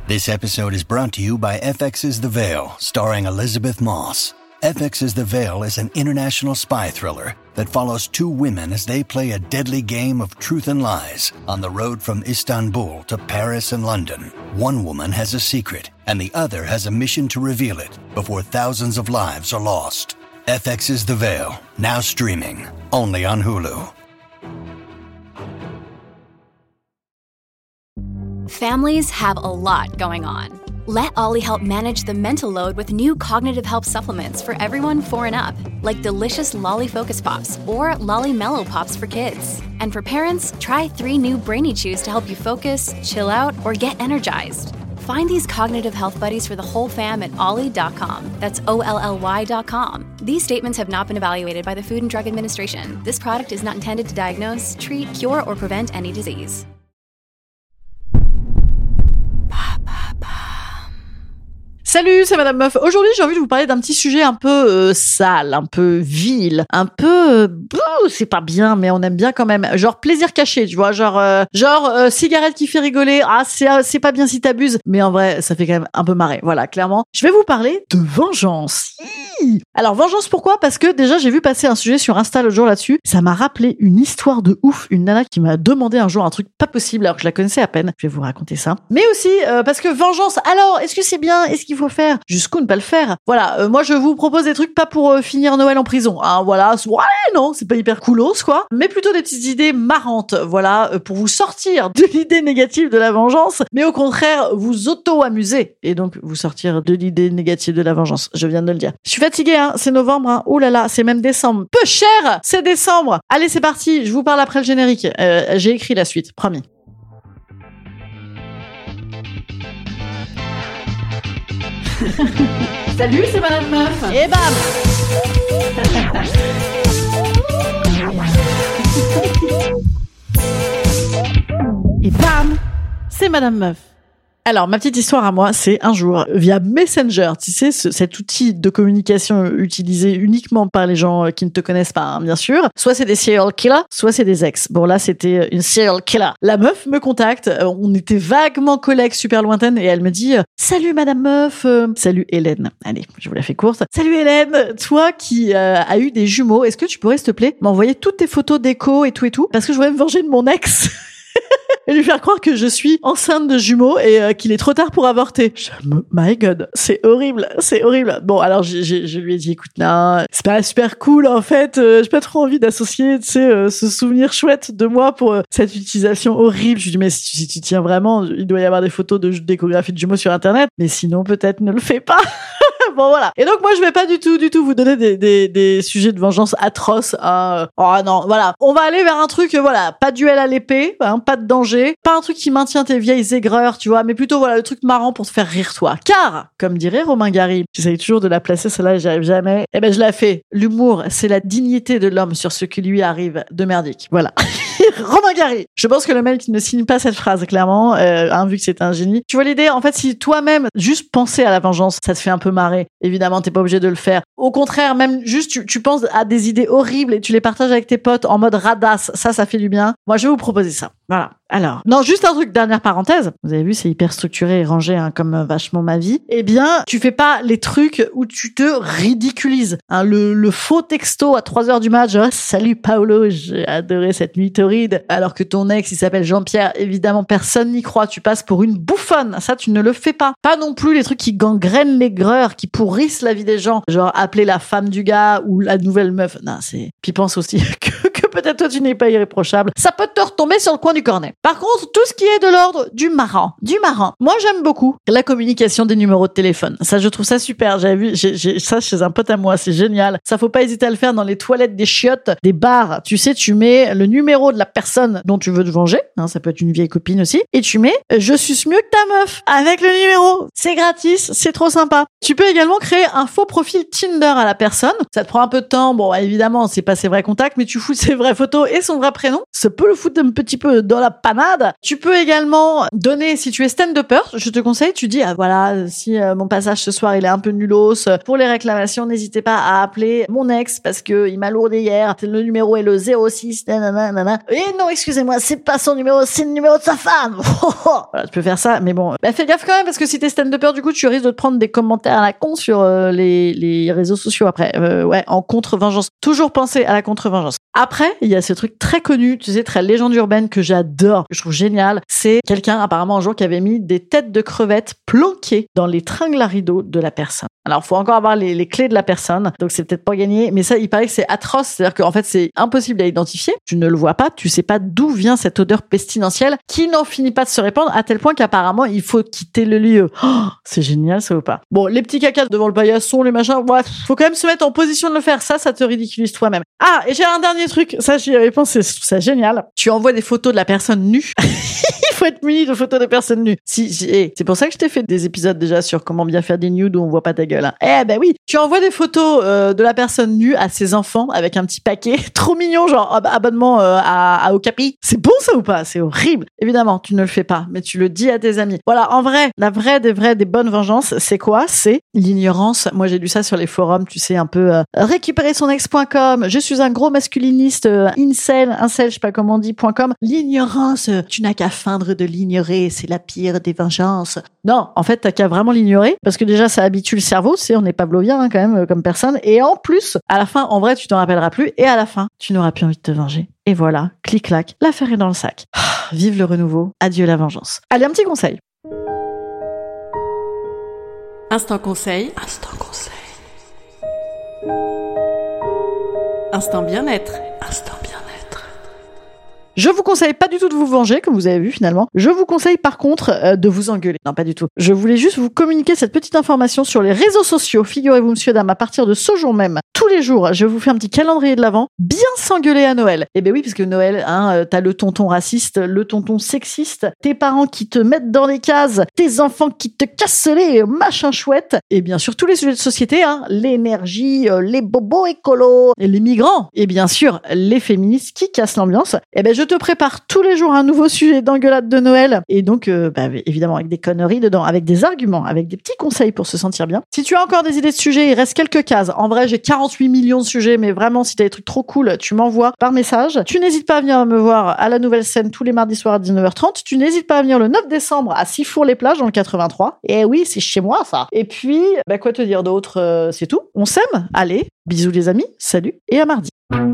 This episode is brought to you by FX's The Veil, starring Elizabeth Moss. FX's The Veil is an international spy thriller that follows two women as they play a deadly game of truth and lies on the road from Istanbul to Paris and London. One woman has a secret, and the other has a mission to reveal it before thousands of lives are lost. FX's The Veil, now streaming, only on Hulu. Families have a lot going on. Let Ollie help manage the mental load with new cognitive help supplements for everyone 4 and up, like delicious Lolly Focus Pops or Lolly Mellow Pops for kids. And for parents, try 3 new Brainy Chews to help you focus, chill out, or get energized. Find these cognitive health buddies for the whole fam at ollie.com. That's OLLY.com. These statements have not been evaluated by the Food and Drug Administration. This product is not intended to diagnose, treat, cure, or prevent any disease. Salut, c'est Madame Meuf. Aujourd'hui, j'ai envie de vous parler d'un petit sujet un peu sale, un peu vil, un peu... c'est pas bien, mais on aime bien quand même. Genre plaisir caché, tu vois, genre cigarette qui fait rigoler. Ah, c'est pas bien si t'abuses, mais en vrai, ça fait quand même un peu marrer. Voilà, clairement. Je vais vous parler de vengeance. Alors, vengeance, pourquoi ? Parce que déjà, j'ai vu passer un sujet sur Insta l'autre jour là-dessus. Ça m'a rappelé une histoire de ouf. Une nana qui m'a demandé un jour un truc pas possible alors que je la connaissais à peine. Je vais vous raconter ça. Mais aussi, parce que vengeance, alors, est-ce que c'est bien ? Est-ce qu'il faut faire ? Jusqu'où ne pas le faire ? Voilà, moi, je vous propose des trucs pas pour finir Noël en prison. Hein, voilà, ouais, non, c'est pas hyper coolos, quoi. Mais plutôt des petites idées marrantes, voilà, pour vous sortir de l'idée négative de la vengeance, mais au contraire, vous auto-amuser. Et donc, vous sortir de l'idée négative de la vengeance. Je viens de le dire. Je suis fatiguée, hein, c'est novembre, hein. Ouh là là, c'est même décembre. Peu cher, c'est décembre. Allez, c'est parti, je vous parle après le générique. J'ai écrit la suite, promis. Salut, c'est Madame Meuf. Et bam. Et bam, c'est Madame Meuf. Alors, ma petite histoire à moi, c'est un jour, via Messenger, tu sais, cet outil de communication utilisé uniquement par les gens qui ne te connaissent pas, hein, bien sûr. Soit c'est des serial killers, soit c'est des ex. Bon, là, c'était une serial killer. La meuf me contacte, on était vaguement collègues super lointaines, et elle me dit « Salut Madame Meuf, salut Hélène. » Allez, je vous la fais courte. « Salut Hélène, toi qui as eu des jumeaux, est-ce que tu pourrais, s'il te plaît, m'envoyer toutes tes photos d'écho et tout, parce que je voudrais me venger de mon ex ?» et lui faire croire que je suis enceinte de jumeaux et qu'il est trop tard pour avorter. My God, c'est horrible. Bon, alors je lui ai dit, écoute, non, c'est pas super cool en fait. J'ai pas trop envie d'associer, tu sais, ce souvenir chouette de moi pour cette utilisation horrible. Je lui ai dit, mais si tu tiens vraiment, il doit y avoir des photos d'échographie de jumeaux sur Internet, mais sinon peut-être ne le fais pas. Bon, voilà. Et donc moi je vais pas du tout vous donner des sujets de vengeance atroces. Oh non, voilà. On va aller vers un truc, voilà, pas duel à l'épée, hein, pas de danger, pas un truc qui maintient tes vieilles aigreurs, tu vois, mais plutôt voilà le truc marrant pour te faire rire toi. Car, comme dirait Romain Gary, j'essaye toujours de la placer, celle-là j'y arrive jamais. Eh ben je la fais. L'humour, c'est la dignité de l'homme sur ce qui lui arrive de merdique. Voilà. Romain Gary. Je pense que le mec ne signe pas cette phrase, clairement, vu que c'est un génie. Tu vois l'idée, en fait, si toi-même, juste penser à la vengeance, ça te fait un peu marrer, évidemment, t'es pas obligé de le faire. Au contraire, même juste, tu penses à des idées horribles et tu les partages avec tes potes en mode radasse, ça fait du bien. Moi, je vais vous proposer ça. Voilà. Alors, non, juste un truc, dernière parenthèse. Vous avez vu, c'est hyper structuré et rangé, hein, comme vachement ma vie. Eh bien, tu fais pas les trucs où tu te ridiculises. Hein, le faux texto à 3h du match, « Salut Paolo, j'ai adoré cette nuit torride. » Alors que ton ex, il s'appelle Jean-Pierre, évidemment, personne n'y croit. Tu passes pour une bouffonne. Ça, tu ne le fais pas. Pas non plus les trucs qui gangrènent l'aigreur, qui pourrissent la vie des gens. Genre, appeler la femme du gars ou la nouvelle meuf. Non, c'est... Puis pense aussi que peut-être toi, tu n'es pas irréprochable. Ça peut te retomber sur le coin du cornet. Par contre, tout ce qui est de l'ordre du marrant. Moi, j'aime beaucoup la communication des numéros de téléphone. Ça, je trouve ça super. J'avais vu, j'ai ça chez un pote à moi. C'est génial. Ça, faut pas hésiter à le faire dans les toilettes des chiottes, des bars. Tu sais, tu mets le numéro de la personne dont tu veux te venger. Hein, ça peut être une vieille copine aussi. Et tu mets, je suce mieux que ta meuf avec le numéro. C'est gratis. C'est trop sympa. Tu peux également créer un faux profil Tinder à la personne. Ça te prend un peu de temps. Bon, évidemment, c'est pas ses vrais contacts, mais tu fous ses vraies photos et son vrai prénom. Ça peut le foutre un petit peu dans la panade. Tu peux également donner, si tu es stand-upper, je te conseille, tu dis, voilà, si mon passage ce soir il est un peu nulos, pour les réclamations, n'hésitez pas à appeler mon ex parce que il m'a lourdé hier. Le numéro est le 06, nanana. Et non, excusez-moi, c'est pas son numéro, c'est le numéro de sa femme. Voilà, tu peux faire ça, mais bon, fais gaffe quand même parce que si t'es stand-upper, du coup, tu risques de te prendre des commentaires à la con sur les réseaux sociaux après. Ouais, en contre-vengeance. Toujours penser à la contre-vengeance. Après, il y a ce truc très connu, tu sais, très légende urbaine que j'adore, que je trouve génial. C'est quelqu'un, apparemment, un jour, qui avait mis des têtes de crevettes planquées dans les tringles à rideaux de la personne. Alors, faut encore avoir les clés de la personne, donc c'est peut-être pas gagné, mais ça, il paraît que c'est atroce, c'est-à-dire qu'en fait, c'est impossible à identifier. Tu ne le vois pas, tu sais pas d'où vient cette odeur pestilentielle qui n'en finit pas de se répandre à tel point qu'apparemment, il faut quitter le lieu. Oh, c'est génial, ça ou pas? Bon, les petits cacas devant le paillasson, les machins, bref, faut quand même se mettre en position de le faire. Ça te ridiculise toi-même. Ah, et j'ai un dernier truc, ça, j'y avais pensé, je trouve ça génial. Tu envoies des photos de la personne nue. Il faut être muni de photos de personnes nues. C'est pour ça que je t'ai fait des épisodes déjà sur comment bien faire des nudes où on voit pas ta gueule. Hein. Eh ben oui, tu envoies des photos de la personne nue à ses enfants avec un petit paquet trop mignon, genre abonnement à Okapi. C'est bon ça ou pas? C'est horrible. Évidemment, tu ne le fais pas, mais tu le dis à tes amis. Voilà, en vrai, la vraie des bonnes vengeances, c'est quoi? C'est l'ignorance. Moi, j'ai lu ça sur les forums, tu sais, un peu récupérer son ex.com. Je suis un gros masculiniste, incel, je sais pas comment on dit, .com. L'ignorance, tu n'as qu'à feindre de l'ignorer, c'est la pire des vengeances. Non, en fait, t'as qu'à vraiment l'ignorer, parce que déjà, ça habitue le cerveau, tu sais, on n'est pas plovien, hein, quand même, comme personne. Et en plus, à la fin, en vrai, tu t'en rappelleras plus, et à la fin, tu n'auras plus envie de te venger. Et voilà, clic-clac, l'affaire est dans le sac. Vive le renouveau, adieu la vengeance. Allez, un petit conseil. Instant conseil. Instant conseil. Instant bien-être. Instant bien-être. Je vous conseille pas du tout de vous venger, comme vous avez vu finalement. Je vous conseille par contre de vous engueuler. Non, pas du tout. Je voulais juste vous communiquer cette petite information sur les réseaux sociaux. Figurez-vous, monsieur, dame, à partir de ce jour même, tous les jours, je vous fais un petit calendrier de l'Avent. Bien s'engueuler à Noël. Eh ben oui, parce que Noël, hein, t'as le tonton raciste, le tonton sexiste, tes parents qui te mettent dans les cases, tes enfants qui te cassent les machins chouettes, et bien sûr tous les sujets de société, hein, l'énergie, les bobos écolos, les migrants, et bien sûr les féministes qui cassent l'ambiance. Eh ben je te prépare tous les jours un nouveau sujet d'engueulade de Noël, et donc évidemment avec des conneries dedans, avec des arguments, avec des petits conseils pour se sentir bien. Si tu as encore des idées de sujets, il reste quelques cases. En vrai, j'ai 48 millions de sujets, mais vraiment, si t'as des trucs trop cool, tu m'envoies par message. Tu n'hésites pas à venir me voir à la Nouvelle Scène tous les mardis soirs à 19h30. Tu n'hésites pas à venir le 9 décembre à Sifour-les-Plages dans le 83. Et oui, c'est chez moi, ça. Et puis, quoi te dire d'autre? C'est tout. On s'aime. Allez, bisous les amis, salut et à mardi.